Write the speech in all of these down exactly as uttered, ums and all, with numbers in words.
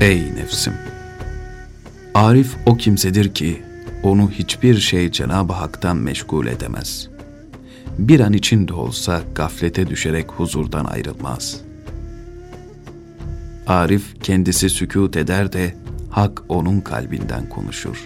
Ey nefsim! Arif o kimsedir ki, onu hiçbir şey Cenab-ı Hak'tan meşgul edemez. Bir an için de olsa gaflete düşerek huzurdan ayrılmaz. Arif kendisi sükût eder de, Hak onun kalbinden konuşur.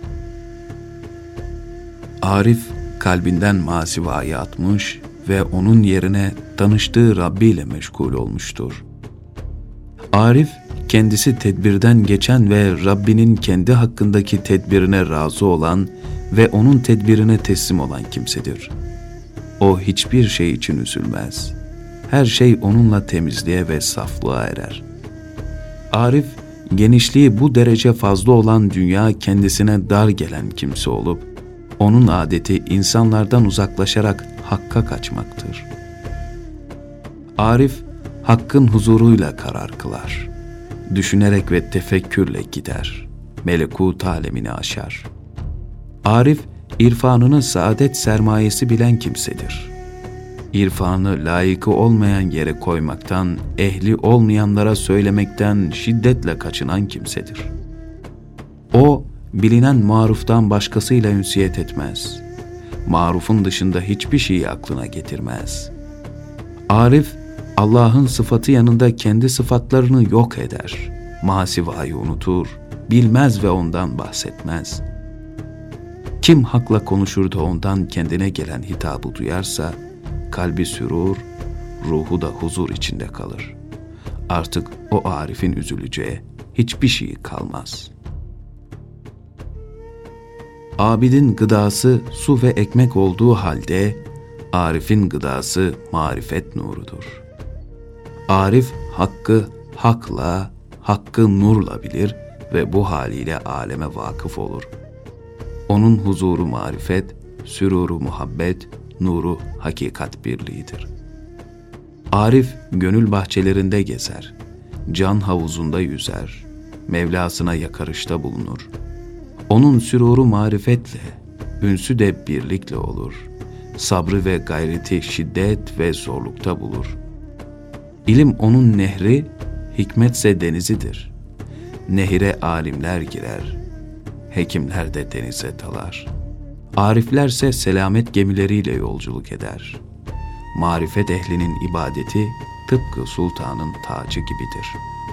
Arif, kalbinden masivayı atmış ve onun yerine tanıştığı Rabbi ile meşgul olmuştur. Arif, kendisi tedbirden geçen ve Rabbinin kendi hakkındaki tedbirine razı olan ve onun tedbirine teslim olan kimsedir. O hiçbir şey için üzülmez. Her şey onunla temizliğe ve saflığa erer. Arif, genişliği bu derece fazla olan dünya kendisine dar gelen kimse olup, onun adeti insanlardan uzaklaşarak Hakk'a kaçmaktır. Arif, Hakk'ın huzuruyla karar kılar. Düşünerek ve tefekkürle gider. Melekut alemini aşar. Arif, irfanını saadet sermayesi bilen kimsedir. İrfanı layıkı olmayan yere koymaktan, ehli olmayanlara söylemekten şiddetle kaçınan kimsedir. O, bilinen maruftan başkasıyla ünsiyet etmez. Marufun dışında hiçbir şeyi aklına getirmez. Arif, Allah'ın sıfatı yanında kendi sıfatlarını yok eder. Masivayı unutur, bilmez ve ondan bahsetmez. Kim hakla konuşur da ondan kendine gelen hitabı duyarsa, kalbi sürur, ruhu da huzur içinde kalır. Artık o Arif'in üzüleceği hiçbir şey kalmaz. Abidin gıdası su ve ekmek olduğu halde, Arif'in gıdası marifet nurudur. Arif, Hakk'ı hakla, Hakk'ı nurla bilir ve bu haliyle aleme vakıf olur. Onun huzuru marifet, süruru muhabbet, nuru hakikat birliğidir. Arif, gönül bahçelerinde gezer, can havuzunda yüzer, Mevlasına yakarışta bulunur. Onun süruru marifetle, ünsü de birlikle olur. Sabrı ve gayreti şiddet ve zorlukta bulur. İlim onun nehri, hikmetse denizidir. Nehire alimler girer, hekimler de denize dalar. Ariflerse selamet gemileriyle yolculuk eder. Marifet ehlinin ibadeti tıpkı sultanın tacı gibidir.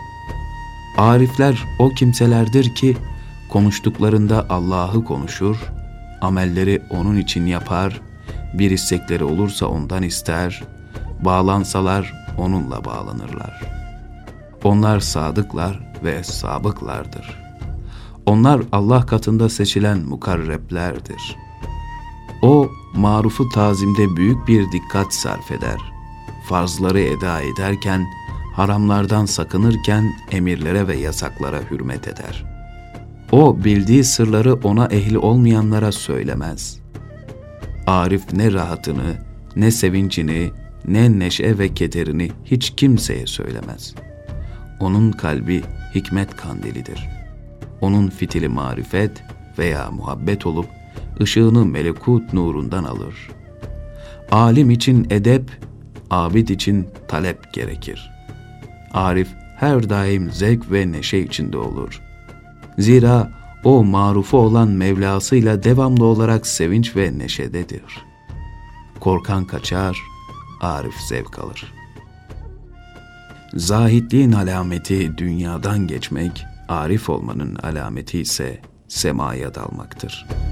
Arifler o kimselerdir ki, konuştuklarında Allah'ı konuşur, amelleri onun için yapar, bir istekleri olursa ondan ister, bağlansalar onunla bağlanırlar. Onlar sadıklar ve sabıklardır. Onlar Allah katında seçilen mukarreblerdir. O, marufu tazimde büyük bir dikkat sarf eder. Farzları eda ederken, haramlardan sakınırken emirlere ve yasaklara hürmet eder. O, bildiği sırları ona ehli olmayanlara söylemez. Arif ne rahatını, ne sevincini, ne neşe ve kederini hiç kimseye söylemez. Onun kalbi hikmet kandilidir. Onun fitili marifet veya muhabbet olup, ışığını melekut nurundan alır. Alim için edep, abid için talep gerekir. Arif her daim zevk ve neşe içinde olur. Zira o marufu olan Mevlasıyla devamlı olarak sevinç ve neşededir. Korkan kaçar, Arif zevk alır. Zahitliğin alameti dünyadan geçmek, arif olmanın alameti ise semaya dalmaktır.